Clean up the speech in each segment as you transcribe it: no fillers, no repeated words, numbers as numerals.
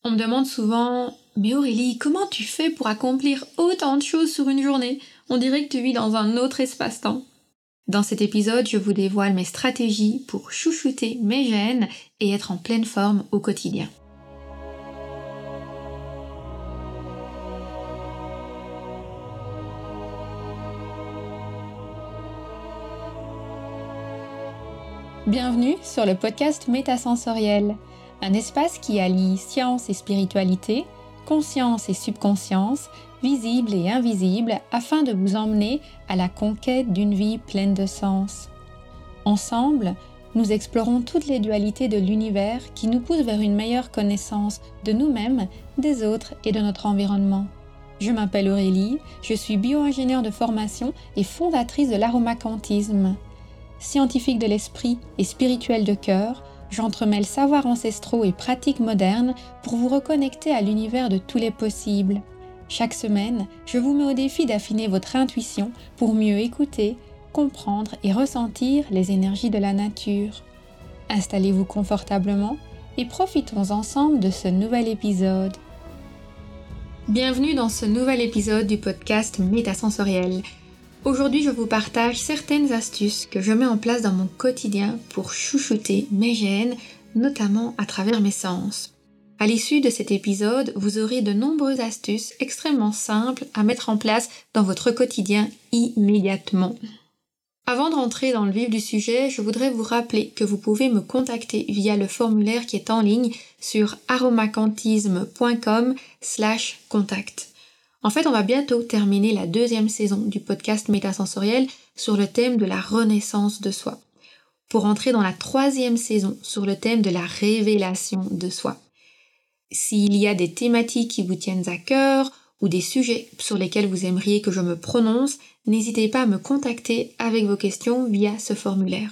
On me demande souvent « Mais Aurélie, comment tu fais pour accomplir autant de choses sur une journée ? On dirait que tu vis dans un autre espace-temps. » Dans cet épisode, je vous dévoile mes stratégies pour chouchouter mes gènes et être en pleine forme au quotidien. Bienvenue sur le podcast Métasensoriel, un espace qui allie science et spiritualité, conscience et subconscience, visible et invisible, afin de vous emmener à la conquête d'une vie pleine de sens. Ensemble, nous explorons toutes les dualités de l'univers qui nous poussent vers une meilleure connaissance de nous-mêmes, des autres et de notre environnement. Je m'appelle Aurélie, je suis bio-ingénieure de formation et fondatrice de l'aromacantisme. Scientifique de l'esprit et spirituel de cœur, j'entremêle savoirs ancestraux et pratiques modernes pour vous reconnecter à l'univers de tous les possibles. Chaque semaine, je vous mets au défi d'affiner votre intuition pour mieux écouter, comprendre et ressentir les énergies de la nature. Installez-vous confortablement et profitons ensemble de ce nouvel épisode. Bienvenue dans ce nouvel épisode du podcast Métasensoriel. Aujourd'hui, je vous partage certaines astuces que je mets en place dans mon quotidien pour chouchouter mes gènes, notamment à travers mes sens. À l'issue de cet épisode, vous aurez de nombreuses astuces extrêmement simples à mettre en place dans votre quotidien immédiatement. Avant de rentrer dans le vif du sujet, je voudrais vous rappeler que vous pouvez me contacter via le formulaire qui est en ligne sur aromacantisme.com/contact. En fait, on va bientôt terminer la 2e saison du podcast Métasensoriel sur le thème de la renaissance de soi, pour entrer dans la 3e saison sur le thème de la révélation de soi. S'il y a des thématiques qui vous tiennent à cœur ou des sujets sur lesquels vous aimeriez que je me prononce, n'hésitez pas à me contacter avec vos questions via ce formulaire.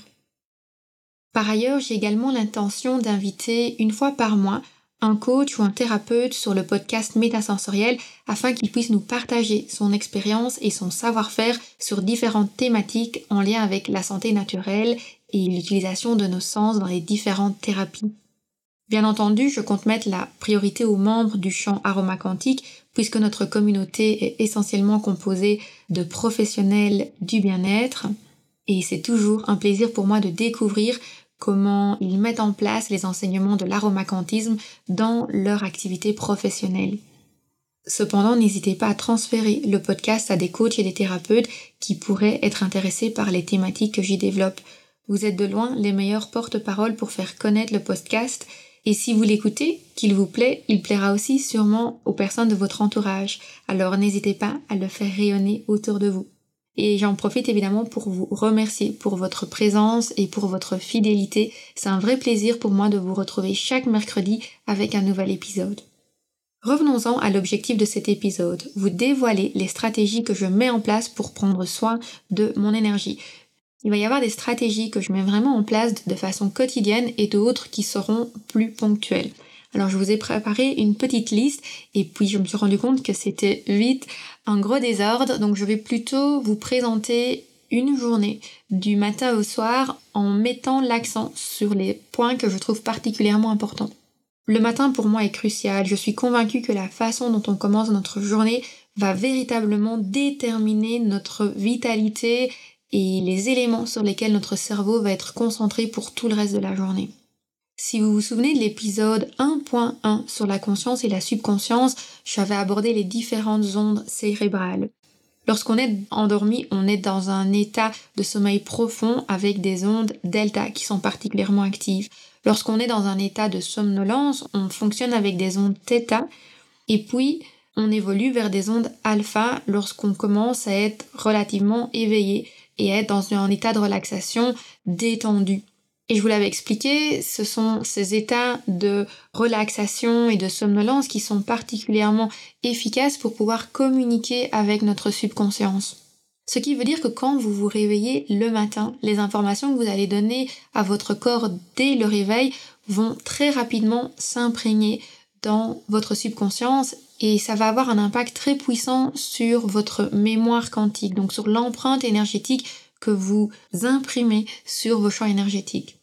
Par ailleurs, j'ai également l'intention d'inviter une fois par mois un coach ou un thérapeute sur le podcast Métasensoriel afin qu'il puisse nous partager son expérience et son savoir-faire sur différentes thématiques en lien avec la santé naturelle et l'utilisation de nos sens dans les différentes thérapies. Bien entendu, je compte mettre la priorité aux membres du champ aromacantique puisque notre communauté est essentiellement composée de professionnels du bien-être et c'est toujours un plaisir pour moi de découvrir comment ils mettent en place les enseignements de l'aromacantisme dans leur activité professionnelle. Cependant, n'hésitez pas à transférer le podcast à des coachs et des thérapeutes qui pourraient être intéressés par les thématiques que j'y développe. Vous êtes de loin les meilleurs porte-parole pour faire connaître le podcast et si vous l'écoutez, qu'il vous plaît, il plaira aussi sûrement aux personnes de votre entourage. Alors n'hésitez pas à le faire rayonner autour de vous. Et j'en profite évidemment pour vous remercier pour votre présence et pour votre fidélité. C'est un vrai plaisir pour moi de vous retrouver chaque mercredi avec un nouvel épisode. Revenons-en à l'objectif de cet épisode, vous dévoiler les stratégies que je mets en place pour prendre soin de mon énergie. Il va y avoir des stratégies que je mets vraiment en place de façon quotidienne et d'autres qui seront plus ponctuelles. Alors je vous ai préparé une petite liste et puis je me suis rendu compte que c'était vite un gros désordre, donc je vais plutôt vous présenter une journée du matin au soir en mettant l'accent sur les points que je trouve particulièrement importants. Le matin pour moi est crucial, je suis convaincue que la façon dont on commence notre journée va véritablement déterminer notre vitalité et les éléments sur lesquels notre cerveau va être concentré pour tout le reste de la journée. Si vous vous souvenez de l'épisode 1.1 sur la conscience et la subconscience, j'avais abordé les différentes ondes cérébrales. Lorsqu'on est endormi, on est dans un état de sommeil profond avec des ondes delta qui sont particulièrement actives. Lorsqu'on est dans un état de somnolence, on fonctionne avec des ondes θ et puis on évolue vers des ondes alpha lorsqu'on commence à être relativement éveillé et à être dans un état de relaxation détendu. Et je vous l'avais expliqué, ce sont ces états de relaxation et de somnolence qui sont particulièrement efficaces pour pouvoir communiquer avec notre subconscience. Ce qui veut dire que quand vous vous réveillez le matin, les informations que vous allez donner à votre corps dès le réveil vont très rapidement s'imprégner dans votre subconscience et ça va avoir un impact très puissant sur votre mémoire quantique, donc sur l'empreinte énergétique que vous imprimez sur vos champs énergétiques.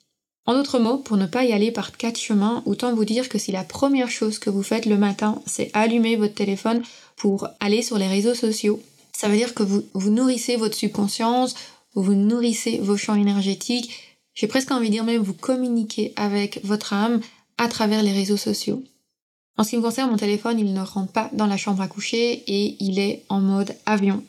En d'autres mots, pour ne pas y aller par 4 chemins, autant vous dire que si la première chose que vous faites le matin, c'est allumer votre téléphone pour aller sur les réseaux sociaux, ça veut dire que vous nourrissez votre subconscience, vous nourrissez vos champs énergétiques, j'ai presque envie de dire même vous communiquez avec votre âme à travers les réseaux sociaux. En ce qui me concerne, mon téléphone, il ne rentre pas dans la chambre à coucher et il est en mode avion.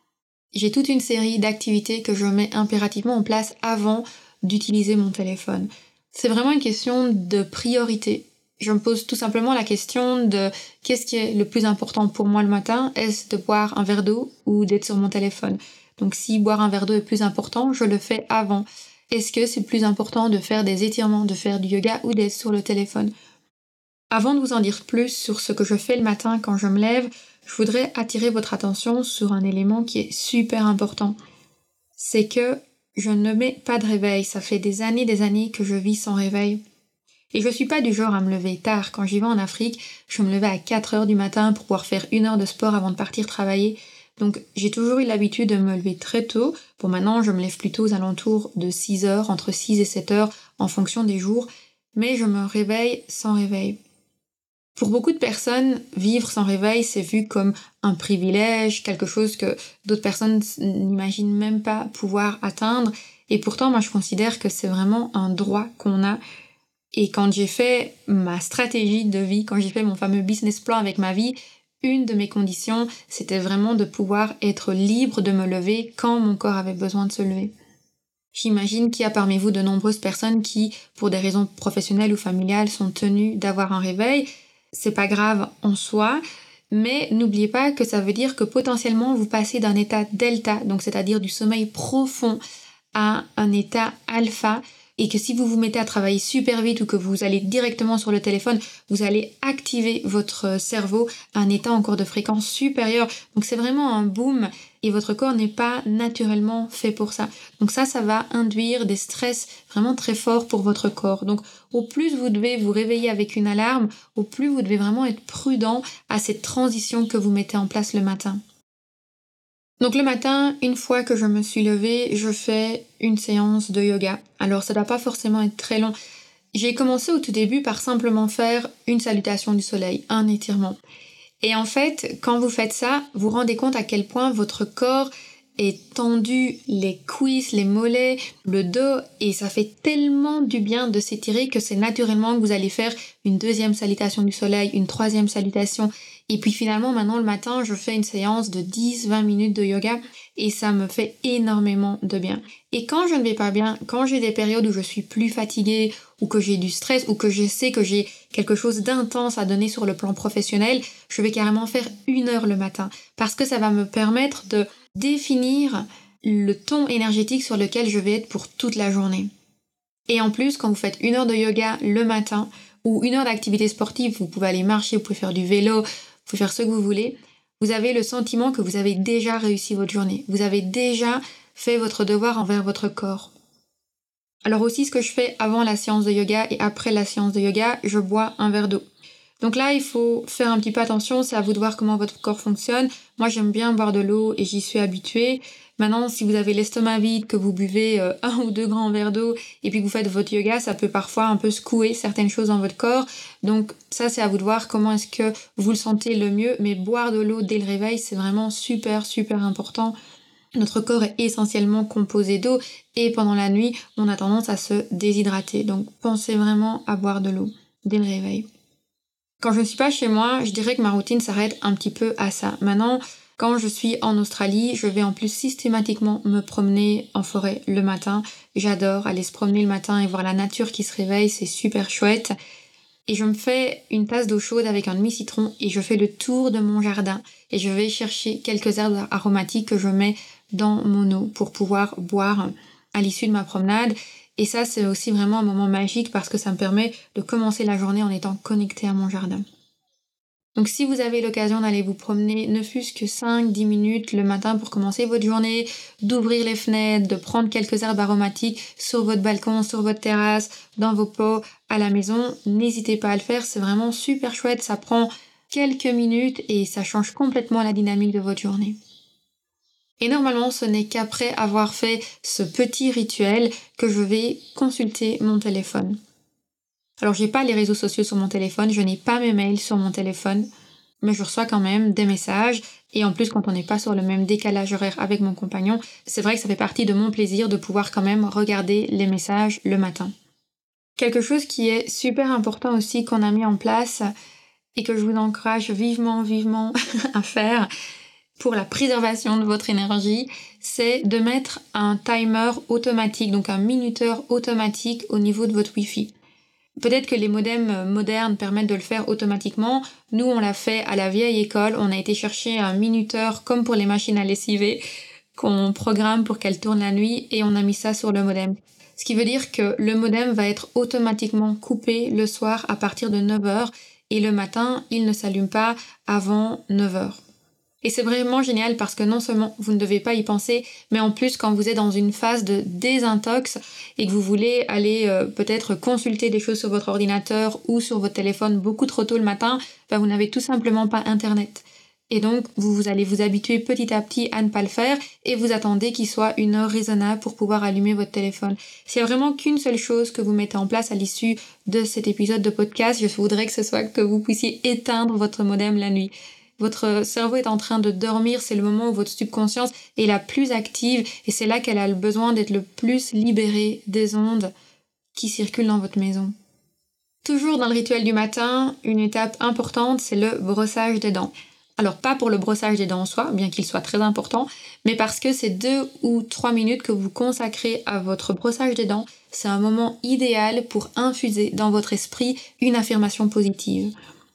J'ai toute une série d'activités que je mets impérativement en place avant d'utiliser mon téléphone. C'est vraiment une question de priorité. Je me pose tout simplement la question de qu'est-ce qui est le plus important pour moi le matin? Est-ce de boire un verre d'eau ou d'être sur mon téléphone? Donc si boire un verre d'eau est plus important, je le fais avant. Est-ce que c'est plus important de faire des étirements, de faire du yoga ou d'être sur le téléphone? Avant de vous en dire plus sur ce que je fais le matin quand je me lève, je voudrais attirer votre attention sur un élément qui est super important. C'est que je ne mets pas de réveil. Ça fait des années que je vis sans réveil. Et je suis pas du genre à me lever tard. Quand j'y vais en Afrique, je me levais à 4 heures du matin pour pouvoir faire 1 heure de sport avant de partir travailler. Donc j'ai toujours eu l'habitude de me lever très tôt. Bon, maintenant je me lève plutôt aux alentours de 6 heures, entre 6 et 7 heures en fonction des jours. Mais je me réveille sans réveil. Pour beaucoup de personnes, vivre sans réveil, c'est vu comme un privilège, quelque chose que d'autres personnes n'imaginent même pas pouvoir atteindre. Et pourtant, moi, je considère que c'est vraiment un droit qu'on a. Et quand j'ai fait ma stratégie de vie, quand j'ai fait mon fameux business plan avec ma vie, une de mes conditions, c'était vraiment de pouvoir être libre de me lever quand mon corps avait besoin de se lever. J'imagine qu'il y a parmi vous de nombreuses personnes qui, pour des raisons professionnelles ou familiales, sont tenues d'avoir un réveil. C'est pas grave en soi, mais n'oubliez pas que ça veut dire que potentiellement vous passez d'un état delta, donc c'est-à-dire du sommeil profond, à un état alpha, et que si vous vous mettez à travailler super vite ou que vous allez directement sur le téléphone, vous allez activer votre cerveau à un état encore de fréquence supérieure. Donc c'est vraiment un boom et votre corps n'est pas naturellement fait pour ça. Donc ça va induire des stress vraiment très forts pour votre corps. Donc au plus vous devez vous réveiller avec une alarme, au plus vous devez vraiment être prudent à cette transition que vous mettez en place le matin. Donc le matin, une fois que je me suis levée, je fais une séance de yoga. Alors ça doit pas forcément être très long. J'ai commencé au tout début par simplement faire une salutation du soleil, un étirement. Et en fait, quand vous faites ça, vous vous rendez compte à quel point votre corps est tendu, les cuisses, les mollets, le dos, et ça fait tellement du bien de s'étirer que c'est naturellement que vous allez faire une deuxième salutation du soleil, une troisième salutation. Et puis finalement, maintenant le matin, je fais une séance de 10-20 minutes de yoga et ça me fait énormément de bien. Et quand je ne vais pas bien, quand j'ai des périodes où je suis plus fatiguée, ou que j'ai du stress, ou que je sais que j'ai quelque chose d'intense à donner sur le plan professionnel, je vais carrément faire 1 heure le matin. Parce que ça va me permettre de définir le ton énergétique sur lequel je vais être pour toute la journée. Et en plus, quand vous faites 1 heure de yoga le matin, ou 1 heure d'activité sportive, vous pouvez aller marcher, vous pouvez faire du vélo, vous pouvez faire ce que vous voulez, vous avez le sentiment que vous avez déjà réussi votre journée. Vous avez déjà fait votre devoir envers votre corps. Alors aussi, ce que je fais avant la séance de yoga et après la séance de yoga, je bois un verre d'eau. Donc là, il faut faire un petit peu attention, c'est à vous de voir comment votre corps fonctionne. Moi, j'aime bien boire de l'eau et j'y suis habituée. Maintenant, si vous avez l'estomac vide, que vous buvez 1 ou 2 grands verres d'eau et puis que vous faites votre yoga, ça peut parfois un peu secouer certaines choses dans votre corps. Donc ça, c'est à vous de voir comment est-ce que vous le sentez le mieux. Mais boire de l'eau dès le réveil, c'est vraiment super, super important. Notre corps est essentiellement composé d'eau et pendant la nuit, on a tendance à se déshydrater. Donc pensez vraiment à boire de l'eau dès le réveil. Quand je ne suis pas chez moi, je dirais que ma routine s'arrête un petit peu à ça. Maintenant, quand je suis en Australie, je vais en plus systématiquement me promener en forêt le matin. J'adore aller se promener le matin et voir la nature qui se réveille, c'est super chouette. Et je me fais une tasse d'eau chaude avec un demi-citron et je fais le tour de mon jardin. Et je vais chercher quelques herbes aromatiques que je mets dans mon eau pour pouvoir boire à l'issue de ma promenade. Et ça, c'est aussi vraiment un moment magique parce que ça me permet de commencer la journée en étant connectée à mon jardin. Donc si vous avez l'occasion d'aller vous promener, ne fût-ce que 5-10 minutes le matin pour commencer votre journée, d'ouvrir les fenêtres, de prendre quelques herbes aromatiques sur votre balcon, sur votre terrasse, dans vos pots, à la maison, n'hésitez pas à le faire, c'est vraiment super chouette, ça prend quelques minutes et ça change complètement la dynamique de votre journée. Et normalement, ce n'est qu'après avoir fait ce petit rituel que je vais consulter mon téléphone. Alors, j'ai pas les réseaux sociaux sur mon téléphone, je n'ai pas mes mails sur mon téléphone, mais je reçois quand même des messages. Et en plus, quand on n'est pas sur le même décalage horaire avec mon compagnon, c'est vrai que ça fait partie de mon plaisir de pouvoir quand même regarder les messages le matin. Quelque chose qui est super important aussi qu'on a mis en place et que je vous encourage vivement à faire pour la préservation de votre énergie, c'est de mettre un timer automatique, donc un minuteur automatique au niveau de votre Wi-Fi. Peut-être que les modems modernes permettent de le faire automatiquement. Nous, on l'a fait à la vieille école. On a été chercher un minuteur comme pour les machines à lessiver qu'on programme pour qu'elles tournent la nuit et on a mis ça sur le modem. Ce qui veut dire que le modem va être automatiquement coupé le soir à partir de 9h et le matin, il ne s'allume pas avant 9h. Et c'est vraiment génial parce que non seulement vous ne devez pas y penser, mais en plus quand vous êtes dans une phase de désintox et que vous voulez aller peut-être consulter des choses sur votre ordinateur ou sur votre téléphone beaucoup trop tôt le matin, vous n'avez tout simplement pas internet. Et donc vous allez vous habituer petit à petit à ne pas le faire et vous attendez qu'il soit une heure raisonnable pour pouvoir allumer votre téléphone. S'il y a vraiment qu'une seule chose que vous mettez en place à l'issue de cet épisode de podcast, je voudrais que ce soit que vous puissiez éteindre votre modem la nuit. Votre cerveau est en train de dormir, c'est le moment où votre subconscience est la plus active et c'est là qu'elle a le besoin d'être le plus libérée des ondes qui circulent dans votre maison. Toujours dans le rituel du matin, une étape importante, c'est le brossage des dents. Alors pas pour le brossage des dents en soi, bien qu'il soit très important, mais parce que c'est 2 ou 3 minutes que vous consacrez à votre brossage des dents, c'est un moment idéal pour infuser dans votre esprit une affirmation positive.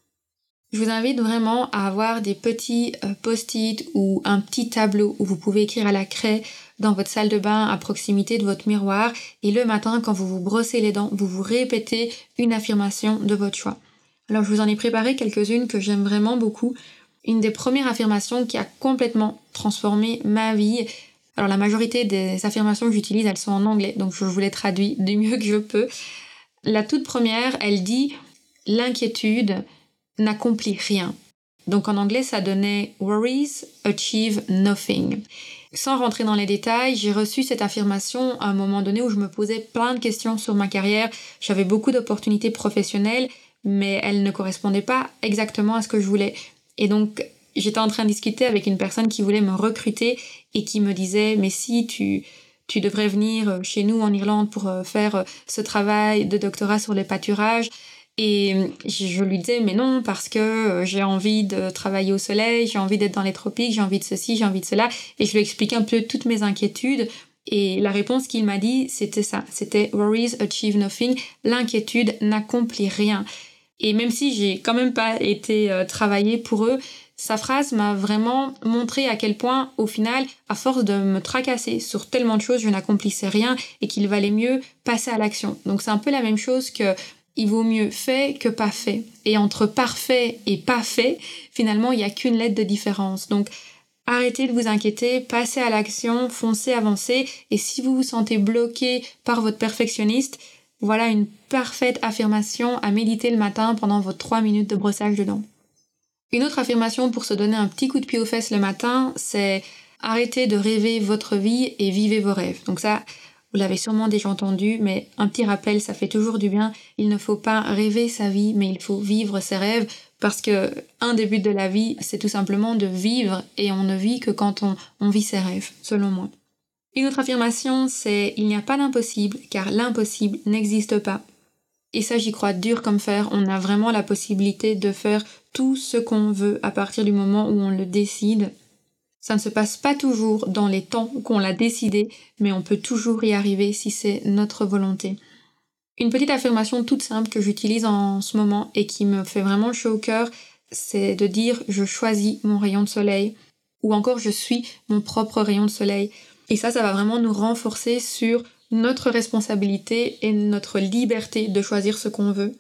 Je vous invite vraiment à avoir des petits post-it ou un petit tableau où vous pouvez écrire à la craie dans votre salle de bain à proximité de votre miroir et le matin quand vous vous brossez les dents, vous vous répétez une affirmation de votre choix. Alors je vous en ai préparé quelques-unes que j'aime vraiment beaucoup. Une des premières affirmations qui a complètement transformé ma vie. Alors la majorité des affirmations que j'utilise, elles sont en anglais, donc je vous les traduis du mieux que je peux. La toute première, elle dit « L'inquiétude n'accomplit rien ». Donc en anglais, ça donnait « Worries achieve nothing ». Sans rentrer dans les détails, j'ai reçu cette affirmation à un moment donné où je me posais plein de questions sur ma carrière. J'avais beaucoup d'opportunités professionnelles, mais elles ne correspondaient pas exactement à ce que je voulais. Et donc, j'étais en train de discuter avec une personne qui voulait me recruter et qui me disait « Mais si, tu devrais venir chez nous en Irlande pour faire ce travail de doctorat sur les pâturages ». Et je lui disais « Mais non, parce que j'ai envie de travailler au soleil, j'ai envie d'être dans les tropiques, j'ai envie de ceci, j'ai envie de cela. » Et je lui expliquais un peu toutes mes inquiétudes. Et la réponse qu'il m'a dit, c'était ça. C'était « Worries achieve nothing ». L'inquiétude n'accomplit rien. Et même si j'ai quand même pas été travailler pour eux, sa phrase m'a vraiment montré à quel point, au final, à force de me tracasser sur tellement de choses, je n'accomplissais rien et qu'il valait mieux passer à l'action. Donc c'est un peu la même chose que il vaut mieux fait que pas fait. Et entre parfait et pas fait, finalement, il n'y a qu'une lettre de différence. Donc arrêtez de vous inquiéter, passez à l'action, foncez, avancez. Et si vous vous sentez bloqué par votre perfectionniste, voilà une parfaite affirmation à méditer le matin pendant vos 3 minutes de brossage de dents. Une autre affirmation pour se donner un petit coup de pied aux fesses le matin, c'est arrêtez de rêver votre vie et vivez vos rêves. Donc ça, vous l'avez sûrement déjà entendu, mais un petit rappel, ça fait toujours du bien. Il ne faut pas rêver sa vie, mais il faut vivre ses rêves parce que un des buts de la vie, c'est tout simplement de vivre et on ne vit que quand on vit ses rêves, selon moi. Une autre affirmation, c'est « Il n'y a pas d'impossible, car l'impossible n'existe pas ». Et ça, j'y crois dur comme fer. On a vraiment la possibilité de faire tout ce qu'on veut à partir du moment où on le décide. Ça ne se passe pas toujours dans les temps qu'on l'a décidé, mais on peut toujours y arriver si c'est notre volonté. Une petite affirmation toute simple que j'utilise en ce moment et qui me fait vraiment chaud au cœur, c'est de dire « Je choisis mon rayon de soleil » ou encore « Je suis mon propre rayon de soleil ». Et ça va vraiment nous renforcer sur notre responsabilité et notre liberté de choisir ce qu'on veut.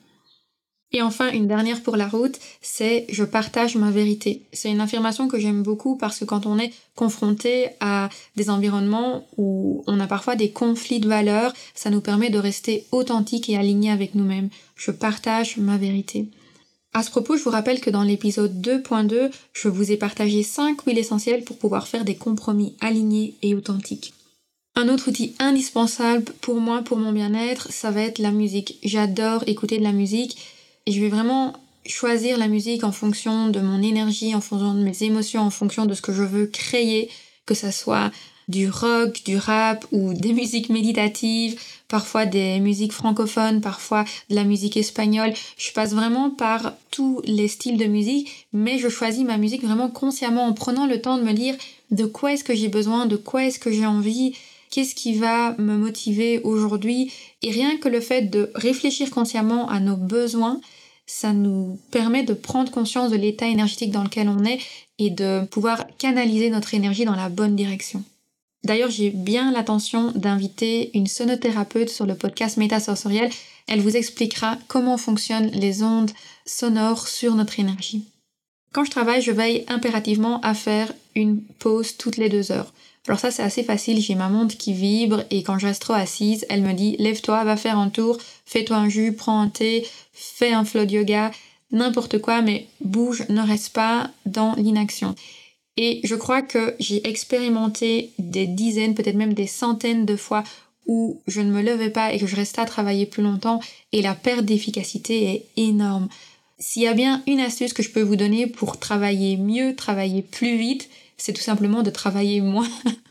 Et enfin, une dernière pour la route, c'est « je partage ma vérité ». C'est une affirmation que j'aime beaucoup parce que quand on est confronté à des environnements où on a parfois des conflits de valeurs, ça nous permet de rester authentique et aligné avec nous-mêmes. Je partage ma vérité. À ce propos, je vous rappelle que dans l'épisode 2.2, je vous ai partagé 5 huiles essentielles pour pouvoir faire des compromis alignés et authentiques. Un autre outil indispensable pour moi, pour mon bien-être, ça va être la musique. J'adore écouter de la musique et je vais vraiment choisir la musique en fonction de mon énergie, en fonction de mes émotions, en fonction de ce que je veux créer, que ça soit du rock, du rap ou des musiques méditatives, parfois des musiques francophones, parfois de la musique espagnole. Je passe vraiment par tous les styles de musique, mais je choisis ma musique vraiment consciemment en prenant le temps de me dire de quoi est-ce que j'ai besoin, de quoi est-ce que j'ai envie, qu'est-ce qui va me motiver aujourd'hui. Et rien que le fait de réfléchir consciemment à nos besoins, ça nous permet de prendre conscience de l'état énergétique dans lequel on est et de pouvoir canaliser notre énergie dans la bonne direction. D'ailleurs, j'ai bien l'intention d'inviter une sonothérapeute sur le podcast Métasensoriel. Elle vous expliquera comment fonctionnent les ondes sonores sur notre énergie. Quand je travaille, je veille impérativement à faire une pause toutes les 2 heures. Alors ça, c'est assez facile, j'ai ma montre qui vibre et quand je reste trop assise, elle me dit « Lève-toi, va faire un tour, fais-toi un jus, prends un thé, fais un flow de yoga, n'importe quoi, mais bouge, ne reste pas dans l'inaction. » Et je crois que j'ai expérimenté des dizaines, peut-être même des centaines de fois où je ne me levais pas et que je restais à travailler plus longtemps et la perte d'efficacité est énorme. S'il y a bien une astuce que je peux vous donner pour travailler mieux, travailler plus vite, c'est tout simplement de travailler moins.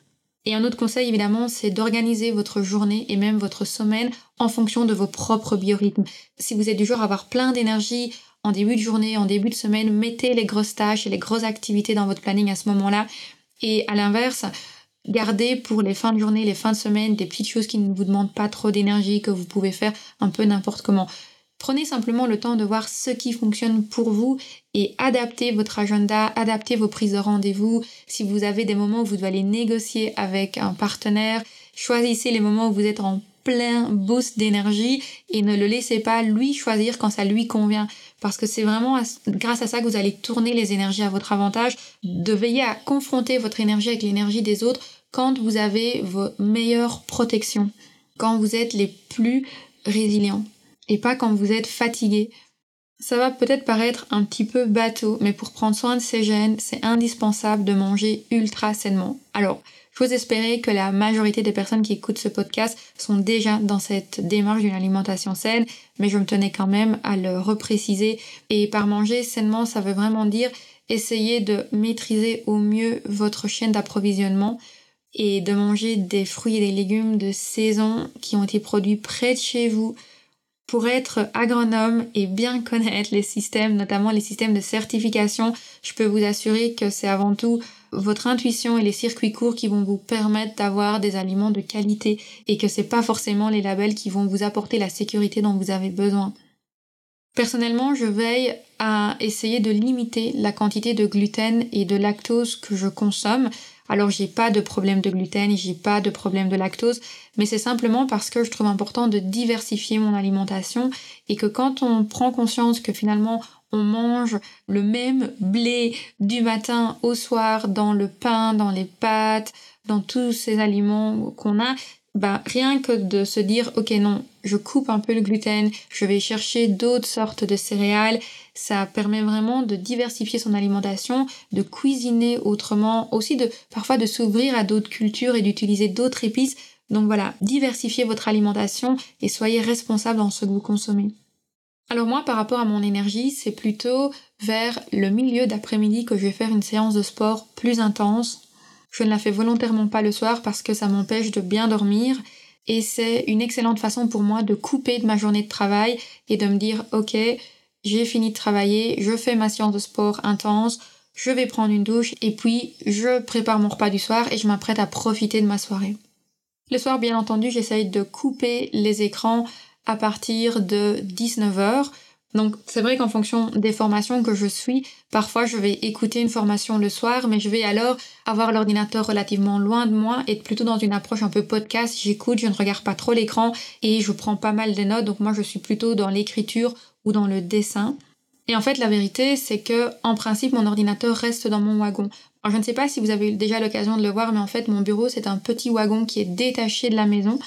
Et un autre conseil évidemment, c'est d'organiser votre journée et même votre semaine en fonction de vos propres biorhythmes. Si vous êtes du genre à avoir plein d'énergie en début de journée, en début de semaine, mettez les grosses tâches et les grosses activités dans votre planning à ce moment-là. Et à l'inverse, gardez pour les fins de journée, les fins de semaine, des petites choses qui ne vous demandent pas trop d'énergie, que vous pouvez faire un peu n'importe comment. Prenez simplement le temps de voir ce qui fonctionne pour vous et adaptez votre agenda, adaptez vos prises de rendez-vous. Si vous avez des moments où vous devez aller négocier avec un partenaire, choisissez les moments où vous êtes en plein boost d'énergie et ne le laissez pas lui choisir quand ça lui convient. Parce que c'est vraiment grâce à ça que vous allez tourner les énergies à votre avantage, de veiller à confronter votre énergie avec l'énergie des autres quand vous avez vos meilleures protections, quand vous êtes les plus résilients. Et pas quand vous êtes fatigué. Ça va peut-être paraître un petit peu bateau, mais pour prendre soin de ses gènes, c'est indispensable de manger ultra sainement. Alors, j'ose espérer que la majorité des personnes qui écoutent ce podcast sont déjà dans cette démarche d'une alimentation saine, mais je me tenais quand même à le repréciser. Et par manger sainement, ça veut vraiment dire essayer de maîtriser au mieux votre chaîne d'approvisionnement et de manger des fruits et des légumes de saison qui ont été produits près de chez vous. Pour être agronome et bien connaître les systèmes, notamment les systèmes de certification, je peux vous assurer que c'est avant tout votre intuition et les circuits courts qui vont vous permettre d'avoir des aliments de qualité et que c'est pas forcément les labels qui vont vous apporter la sécurité dont vous avez besoin. Personnellement, je veille à essayer de limiter la quantité de gluten et de lactose que je consomme. Alors j'ai pas de problème de gluten et j'ai pas de problème de lactose, mais c'est simplement parce que je trouve important de diversifier mon alimentation et que quand on prend conscience que finalement on mange le même blé du matin au soir dans le pain, dans les pâtes, dans tous ces aliments qu'on a, rien que de se dire ok non, je coupe un peu le gluten, je vais chercher d'autres sortes de céréales, ça permet vraiment de diversifier son alimentation, de cuisiner autrement, aussi parfois de s'ouvrir à d'autres cultures et d'utiliser d'autres épices. Donc voilà, diversifiez votre alimentation et soyez responsable dans ce que vous consommez. Alors moi, par rapport à mon énergie, c'est plutôt vers le milieu d'après-midi que je vais faire une séance de sport plus intense. Je ne la fais volontairement pas le soir parce que ça m'empêche de bien dormir et c'est une excellente façon pour moi de couper de ma journée de travail et de me dire ok, j'ai fini de travailler, je fais ma séance de sport intense, je vais prendre une douche et puis je prépare mon repas du soir et je m'apprête à profiter de ma soirée. Le soir, bien entendu, j'essaye de couper les écrans à partir de 19h. Donc c'est vrai qu'en fonction des formations que je suis, parfois je vais écouter une formation le soir, mais je vais alors avoir l'ordinateur relativement loin de moi et être plutôt dans une approche un peu podcast. J'écoute, je ne regarde pas trop l'écran et je prends pas mal de notes, donc moi je suis plutôt dans l'écriture ou dans le dessin. Et en fait la vérité c'est que en principe mon ordinateur reste dans mon wagon. Alors je ne sais pas si vous avez eu déjà l'occasion de le voir, mais en fait mon bureau c'est un petit wagon qui est détaché de la maison.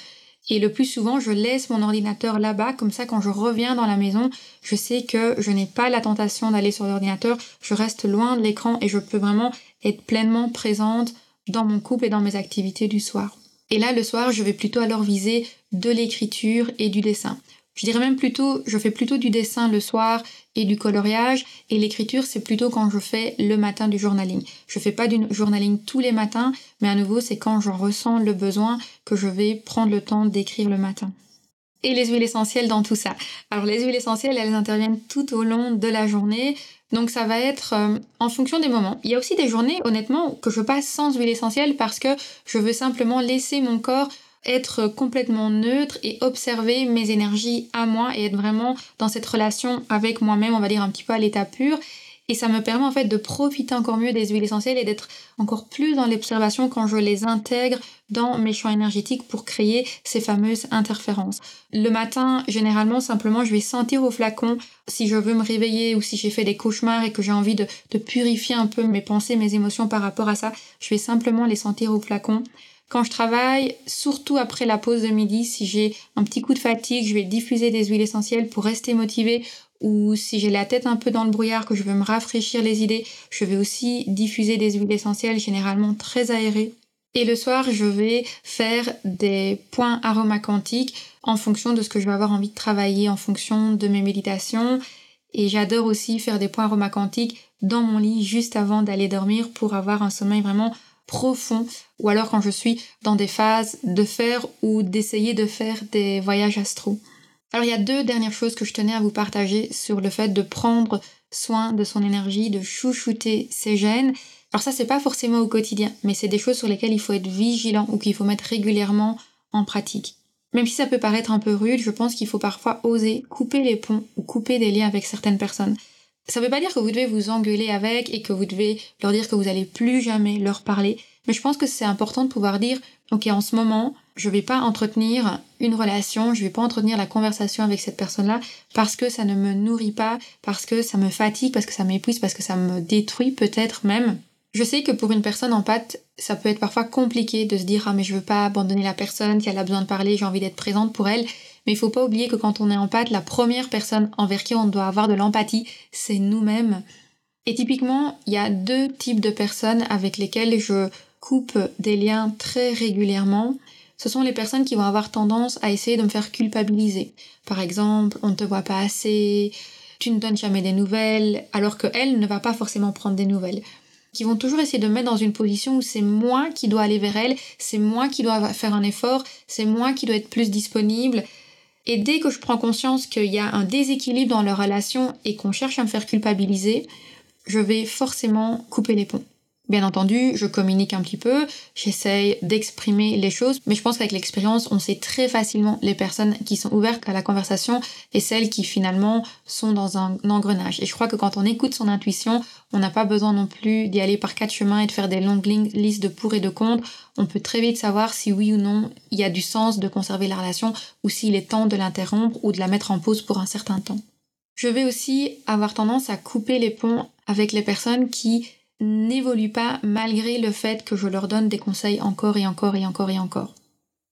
Et le plus souvent, je laisse mon ordinateur là-bas, comme ça quand je reviens dans la maison, je sais que je n'ai pas la tentation d'aller sur l'ordinateur, je reste loin de l'écran et je peux vraiment être pleinement présente dans mon couple et dans mes activités du soir. Et là, le soir, je vais plutôt alors viser de l'écriture et du dessin. Je dirais même plutôt, je fais plutôt du dessin le soir et du coloriage, et l'écriture, c'est plutôt quand je fais le matin du journaling. Je fais pas du journaling tous les matins, mais à nouveau, c'est quand j'en ressens le besoin que je vais prendre le temps d'écrire le matin. Et les huiles essentielles dans tout ça. Alors les huiles essentielles, elles interviennent tout au long de la journée, donc ça va être en fonction des moments. Il y a aussi des journées, honnêtement, que je passe sans huile essentielle parce que je veux simplement laisser mon corps être complètement neutre et observer mes énergies à moi et être vraiment dans cette relation avec moi-même, on va dire un petit peu à l'état pur. Et ça me permet en fait de profiter encore mieux des huiles essentielles et d'être encore plus dans l'observation quand je les intègre dans mes champs énergétiques pour créer ces fameuses interférences. Le matin, généralement, simplement, je vais sentir au flacon si je veux me réveiller ou si j'ai fait des cauchemars et que j'ai envie de purifier un peu mes pensées, mes émotions par rapport à ça. Je vais simplement les sentir au flacon. Quand je travaille, surtout après la pause de midi, si j'ai un petit coup de fatigue, je vais diffuser des huiles essentielles pour rester motivée, ou si j'ai la tête un peu dans le brouillard, que je veux me rafraîchir les idées, je vais aussi diffuser des huiles essentielles généralement très aérées. Et le soir, je vais faire des points aromacantiques en fonction de ce que je vais avoir envie de travailler, en fonction de mes méditations. Et j'adore aussi faire des points aromacantiques dans mon lit juste avant d'aller dormir pour avoir un sommeil vraiment profond, ou alors quand je suis dans des phases de faire ou d'essayer de faire des voyages astraux. Alors il y a 2 dernières choses que je tenais à vous partager sur le fait de prendre soin de son énergie, de chouchouter ses gènes. Alors ça, c'est pas forcément au quotidien, mais c'est des choses sur lesquelles il faut être vigilant ou qu'il faut mettre régulièrement en pratique. Même si ça peut paraître un peu rude, je pense qu'il faut parfois oser couper les ponts ou couper des liens avec certaines personnes. Ça veut pas dire que vous devez vous engueuler avec et que vous devez leur dire que vous allez plus jamais leur parler, mais je pense que c'est important de pouvoir dire « Ok, en ce moment, je vais pas entretenir une relation, je vais pas entretenir la conversation avec cette personne-là parce que ça ne me nourrit pas, parce que ça me fatigue, parce que ça m'épuise, parce que ça me détruit peut-être même. » Je sais que pour une personne empathe, ça peut être parfois compliqué de se dire « Ah mais je veux pas abandonner la personne, si elle a besoin de parler, j'ai envie d'être présente pour elle. » Mais il faut pas oublier que quand on est empathe, la première personne envers qui on doit avoir de l'empathie, c'est nous-mêmes. Et typiquement, il y a 2 types de personnes avec lesquelles je coupe des liens très régulièrement. Ce sont les personnes qui vont avoir tendance à essayer de me faire culpabiliser. Par exemple, on ne te voit pas assez, tu ne donnes jamais des nouvelles, alors qu'elle ne va pas forcément prendre des nouvelles. Qui vont toujours essayer de me mettre dans une position où c'est moi qui dois aller vers elle, c'est moi qui dois faire un effort, c'est moi qui dois être plus disponible. Et dès que je prends conscience qu'il y a un déséquilibre dans leur relation et qu'on cherche à me faire culpabiliser, je vais forcément couper les ponts. Bien entendu, je communique un petit peu, j'essaye d'exprimer les choses, mais je pense qu'avec l'expérience, on sait très facilement les personnes qui sont ouvertes à la conversation et celles qui finalement sont dans un engrenage. Et je crois que quand on écoute son intuition, on n'a pas besoin non plus d'y aller par 4 chemins et de faire des longues listes de pour et de contre. On peut très vite savoir si oui ou non il y a du sens de conserver la relation ou s'il est temps de l'interrompre ou de la mettre en pause pour un certain temps. Je vais aussi avoir tendance à couper les ponts avec les personnes qui n'évoluent pas malgré le fait que je leur donne des conseils encore et encore et encore et encore. Pourquoi ?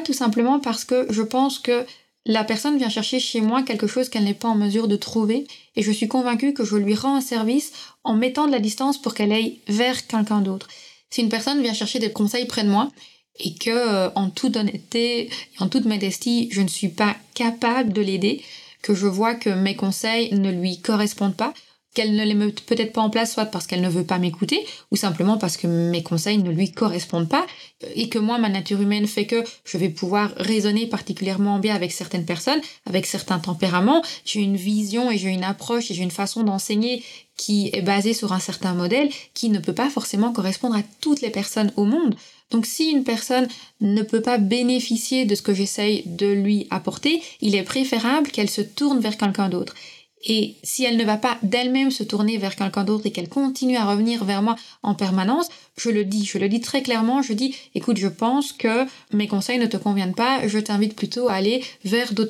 Tout simplement parce que je pense que la personne vient chercher chez moi quelque chose qu'elle n'est pas en mesure de trouver et je suis convaincue que je lui rends un service en mettant de la distance pour qu'elle aille vers quelqu'un d'autre. Si une personne vient chercher des conseils près de moi et que, en toute honnêteté et en toute modestie, je ne suis pas capable de l'aider, que je vois que mes conseils ne lui correspondent pas, qu'elle ne les met peut-être pas en place, soit parce qu'elle ne veut pas m'écouter, ou simplement parce que mes conseils ne lui correspondent pas, et que moi, ma nature humaine fait que je vais pouvoir raisonner particulièrement bien avec certaines personnes, avec certains tempéraments, j'ai une vision et j'ai une approche et j'ai une façon d'enseigner qui est basée sur un certain modèle, qui ne peut pas forcément correspondre à toutes les personnes au monde. Donc si une personne ne peut pas bénéficier de ce que j'essaye de lui apporter, il est préférable qu'elle se tourne vers quelqu'un d'autre. Et si elle ne va pas d'elle-même se tourner vers quelqu'un d'autre et qu'elle continue à revenir vers moi en permanence, je le dis très clairement, je dis « Écoute, je pense que mes conseils ne te conviennent pas, je t'invite plutôt à aller vers d'autres personnes. »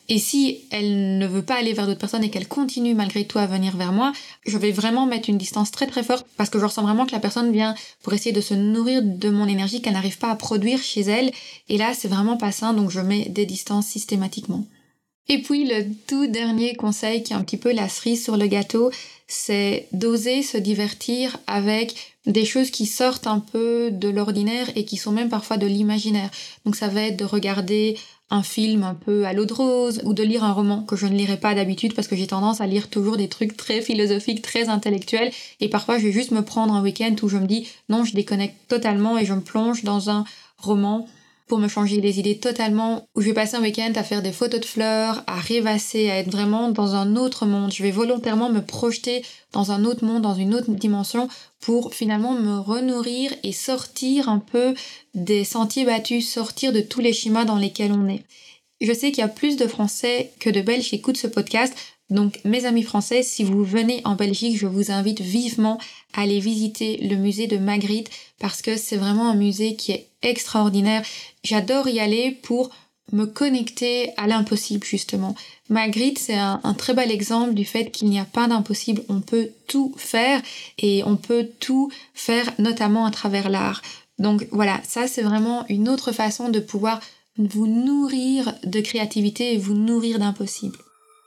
Et si elle ne veut pas aller vers d'autres personnes et qu'elle continue malgré tout à venir vers moi, je vais vraiment mettre une distance très très forte parce que je ressens vraiment que la personne vient pour essayer de se nourrir de mon énergie qu'elle n'arrive pas à produire chez elle. Et là, c'est vraiment pas sain, donc je mets des distances systématiquement. Et puis le tout dernier conseil qui est un petit peu la cerise sur le gâteau, c'est d'oser se divertir avec des choses qui sortent un peu de l'ordinaire et qui sont même parfois de l'imaginaire. Donc ça va être de regarder un film un peu à l'eau de rose ou de lire un roman que je ne lirais pas d'habitude parce que j'ai tendance à lire toujours des trucs très philosophiques, très intellectuels et parfois je vais juste me prendre un week-end où je me dis non, je déconnecte totalement et je me plonge dans un roman pour me changer les idées totalement, où je vais passer un week-end à faire des photos de fleurs, à rêvasser, à être vraiment dans un autre monde. Je vais volontairement me projeter dans un autre monde, dans une autre dimension, pour finalement me renourrir et sortir un peu des sentiers battus, sortir de tous les schémas dans lesquels on est. Je sais qu'il y a plus de Français que de Belges qui écoutent ce podcast, donc mes amis français, si vous venez en Belgique, je vous invite vivement à aller visiter le musée de Magritte parce que c'est vraiment un musée qui est extraordinaire. J'adore y aller pour me connecter à l'impossible justement. Magritte, c'est un très bel exemple du fait qu'il n'y a pas d'impossible, on peut tout faire et on peut tout faire notamment à travers l'art. Donc voilà, ça c'est vraiment une autre façon de pouvoir vous nourrir de créativité et vous nourrir d'impossible.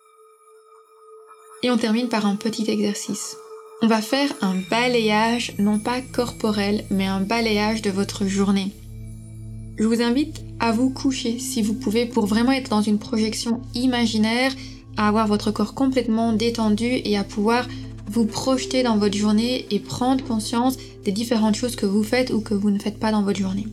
Et on termine par un petit exercice. On va faire un balayage, non pas corporel, mais un balayage de votre journée. Je vous invite à vous coucher si vous pouvez pour vraiment être dans une projection imaginaire, à avoir votre corps complètement détendu et à pouvoir vous projeter dans votre journée et prendre conscience des différentes choses que vous faites ou que vous ne faites pas dans votre journée.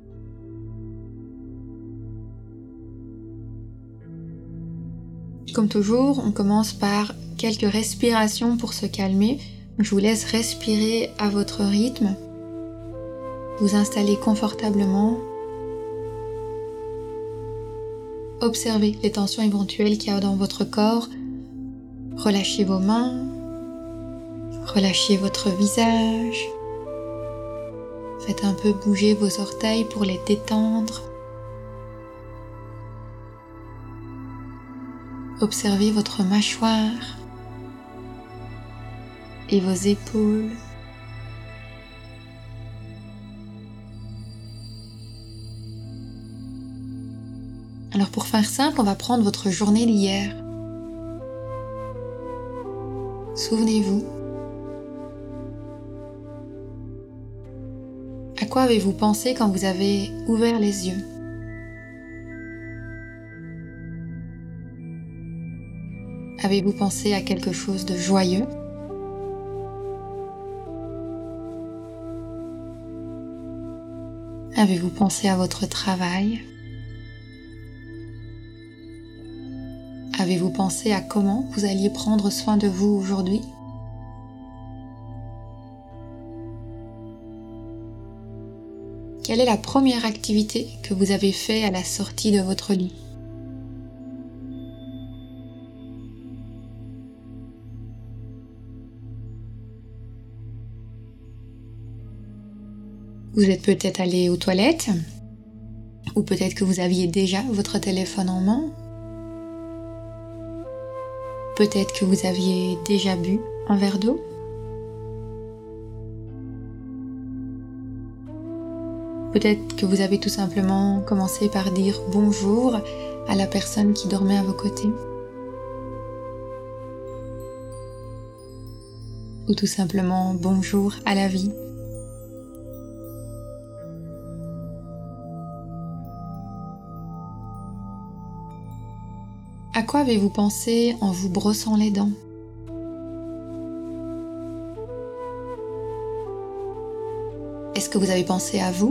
Comme toujours, on commence par quelques respirations pour se calmer. Je vous laisse respirer à votre rythme. Vous installer confortablement. Observez les tensions éventuelles qu'il y a dans votre corps. Relâchez vos mains. Relâchez votre visage. Faites un peu bouger vos orteils pour les détendre. Observez votre mâchoire et vos épaules. Alors pour faire simple, on va prendre votre journée d'hier. Souvenez-vous. À quoi avez-vous pensé quand vous avez ouvert les yeux ? Avez-vous pensé à quelque chose de joyeux ? Avez-vous pensé à votre travail ? Avez-vous pensé à comment vous alliez prendre soin de vous aujourd'hui ? Quelle est la première activité que vous avez faite à la sortie de votre lit ? Vous êtes peut-être allé aux toilettes, ou peut-être que vous aviez déjà votre téléphone en main. Peut-être que vous aviez déjà bu un verre d'eau. Peut-être que vous avez tout simplement commencé par dire bonjour à la personne qui dormait à vos côtés. Ou tout simplement bonjour à la vie. À quoi avez-vous pensé en vous brossant les dents ? Est-ce que vous avez pensé à vous ?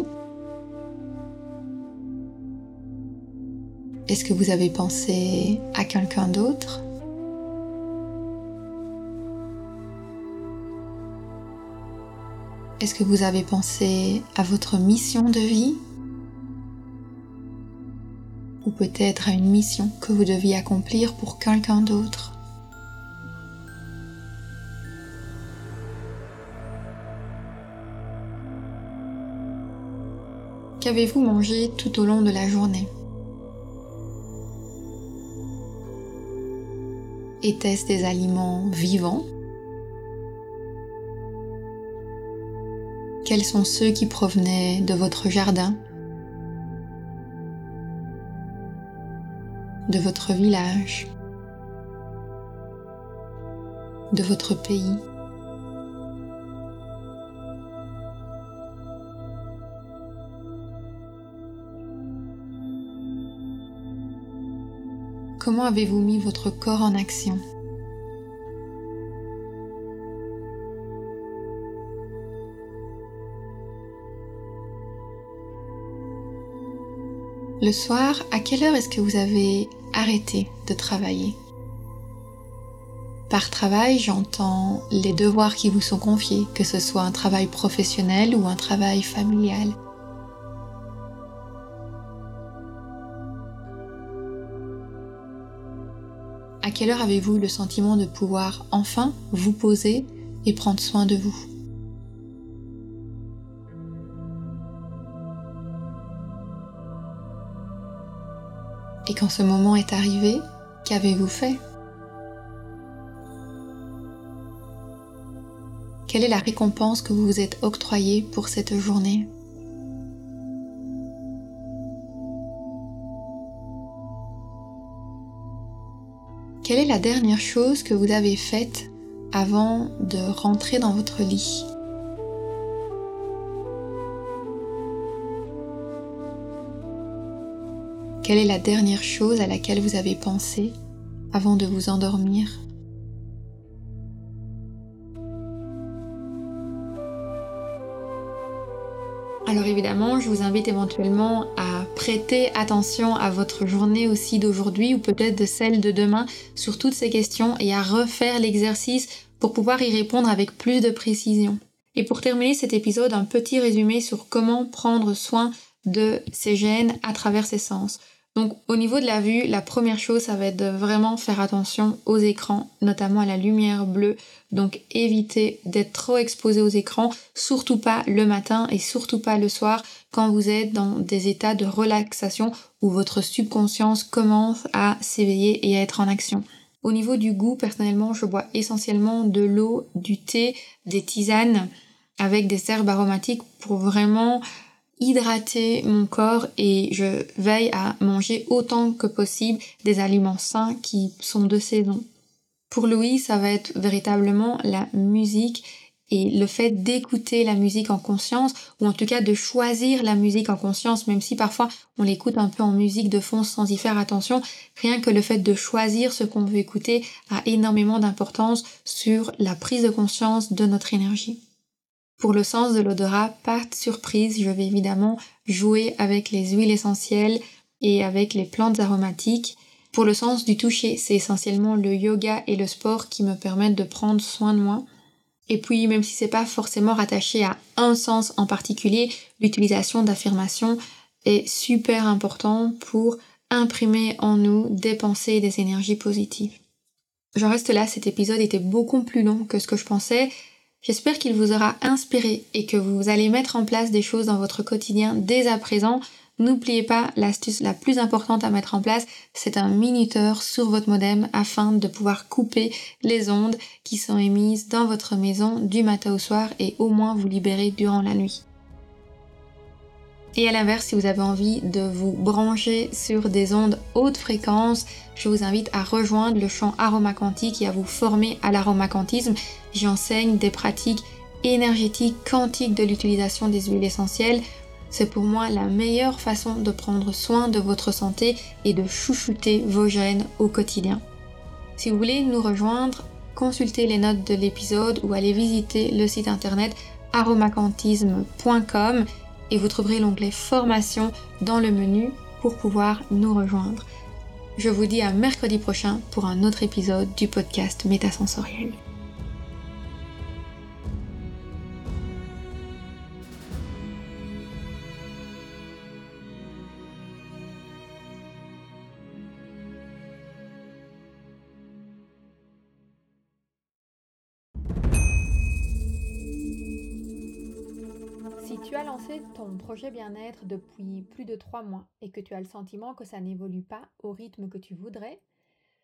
Est-ce que vous avez pensé à quelqu'un d'autre ? Est-ce que vous avez pensé à votre mission de vie ? Ou peut-être à une mission que vous deviez accomplir pour quelqu'un d'autre. Qu'avez-vous mangé tout au long de la journée ? Étaient-ce des aliments vivants? Quels sont ceux qui provenaient de votre jardin, de votre village, de votre pays? Comment avez-vous mis votre corps en action? Le soir, à quelle heure est-ce que vous avez arrêté de travailler? Par travail, j'entends les devoirs qui vous sont confiés, que ce soit un travail professionnel ou un travail familial. À quelle heure avez-vous le sentiment de pouvoir enfin vous poser et prendre soin de vous? Et quand ce moment est arrivé, qu'avez-vous fait? Quelle est la récompense que vous vous êtes octroyée pour cette journée? Quelle est la dernière chose que vous avez faite avant de rentrer dans votre lit? Quelle est la dernière chose à laquelle vous avez pensé avant de vous endormir? Alors évidemment, je vous invite éventuellement à prêter attention à votre journée aussi d'aujourd'hui ou peut-être de celle de demain sur toutes ces questions et à refaire l'exercice pour pouvoir y répondre avec plus de précision. Et pour terminer cet épisode, un petit résumé sur comment prendre soin de ses gènes à travers ses sens. Donc au niveau de la vue, la première chose, ça va être de vraiment faire attention aux écrans, notamment à la lumière bleue. Donc évitez d'être trop exposé aux écrans, surtout pas le matin et surtout pas le soir quand vous êtes dans des états de relaxation où votre subconscience commence à s'éveiller et à être en action. Au niveau du goût, personnellement, je bois essentiellement de l'eau, du thé, des tisanes avec des herbes aromatiques pour vraiment hydrater mon corps et je veille à manger autant que possible des aliments sains qui sont de saison. Pour Louis, ça va être véritablement la musique et le fait d'écouter la musique en conscience ou en tout cas de choisir la musique en conscience, même si parfois on l'écoute un peu en musique de fond sans y faire attention, rien que le fait de choisir ce qu'on veut écouter a énormément d'importance sur la prise de conscience de notre énergie. Pour le sens de l'odorat, pas de surprise, je vais évidemment jouer avec les huiles essentielles et avec les plantes aromatiques. Pour le sens du toucher, c'est essentiellement le yoga et le sport qui me permettent de prendre soin de moi. Et puis, même si c'est pas forcément rattaché à un sens en particulier, l'utilisation d'affirmations est super important pour imprimer en nous des pensées et des énergies positives. J'en reste là, cet épisode était beaucoup plus long que ce que je pensais. J'espère qu'il vous aura inspiré et que vous allez mettre en place des choses dans votre quotidien dès à présent. N'oubliez pas, l'astuce la plus importante à mettre en place, c'est un minuteur sur votre modem afin de pouvoir couper les ondes qui sont émises dans votre maison du matin au soir et au moins vous libérer durant la nuit. Et à l'inverse, si vous avez envie de vous brancher sur des ondes haute fréquence, je vous invite à rejoindre le champ aromaquantique et à vous former à l'aromaquantisme. J'y enseigne des pratiques énergétiques quantiques de l'utilisation des huiles essentielles. C'est pour moi la meilleure façon de prendre soin de votre santé et de chouchouter vos gènes au quotidien. Si vous voulez nous rejoindre, consultez les notes de l'épisode ou allez visiter le site internet aromaquantisme.com et vous trouverez l'onglet formation dans le menu pour pouvoir nous rejoindre. Je vous dis à mercredi prochain pour un autre épisode du podcast Métasensoriel. Si tu as lancé ton projet bien-être depuis plus de 3 mois et que tu as le sentiment que ça n'évolue pas au rythme que tu voudrais,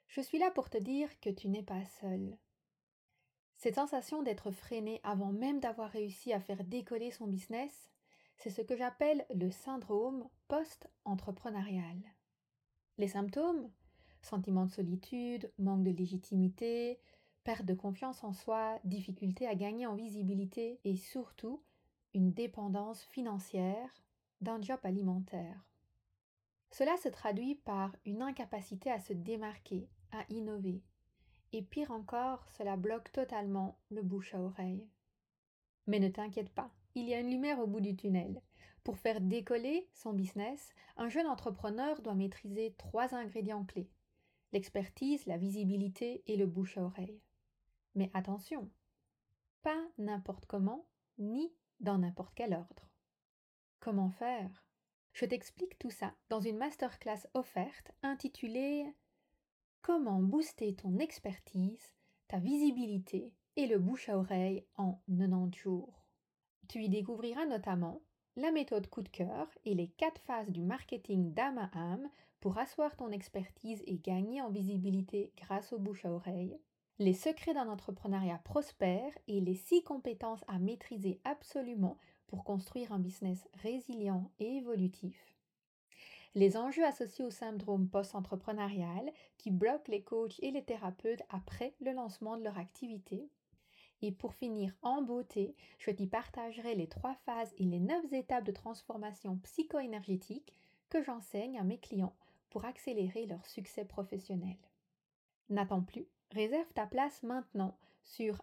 Je suis là pour te dire que tu n'es pas seul. Cette sensation d'être freiné avant même d'avoir réussi à faire décoller son business, c'est ce que j'appelle le syndrome post-entrepreneurial. Les symptômes, sentiment de solitude, manque de légitimité, perte de confiance en soi, difficulté à gagner en visibilité et surtout une dépendance financière d'un job alimentaire. Cela se traduit par une incapacité à se démarquer, à innover. Et pire encore, cela bloque totalement le bouche à oreille. Mais ne t'inquiète pas, il y a une lumière au bout du tunnel. Pour faire décoller son business, un jeune entrepreneur doit maîtriser 3 ingrédients clés: l'expertise, la visibilité et le bouche à oreille. Mais attention, pas n'importe comment, ni dans n'importe quel ordre. Comment faire? Je t'explique tout ça dans une masterclass offerte intitulée Comment booster ton expertise, ta visibilité et le bouche à oreille en 90 jours. Tu y découvriras notamment la méthode coup de cœur et les 4 phases du marketing d'âme à âme pour asseoir ton expertise et gagner en visibilité grâce au bouche à oreille, les secrets d'un entrepreneuriat prospère et les 6 compétences à maîtriser absolument pour construire un business résilient et évolutif. Les enjeux associés au syndrome post-entrepreneurial qui bloquent les coachs et les thérapeutes après le lancement de leur activité. Et pour finir en beauté, je t'y partagerai les 3 phases et les 9 étapes de transformation psycho-énergétique que j'enseigne à mes clients pour accélérer leur succès professionnel. N'attends plus, réserve ta place maintenant sur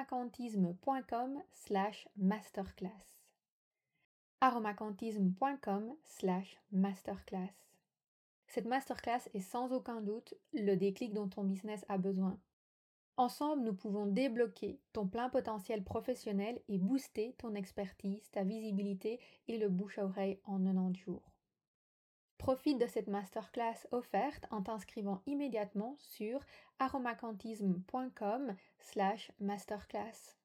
aromacantisme.com/masterclass. aromacantisme.com/masterclass. Cette masterclass est sans aucun doute le déclic dont ton business a besoin. Ensemble, nous pouvons débloquer ton plein potentiel professionnel et booster ton expertise, ta visibilité et le bouche à oreille en 90 jours. Profite de cette masterclass offerte en t'inscrivant immédiatement sur aromacantisme.com/masterclass.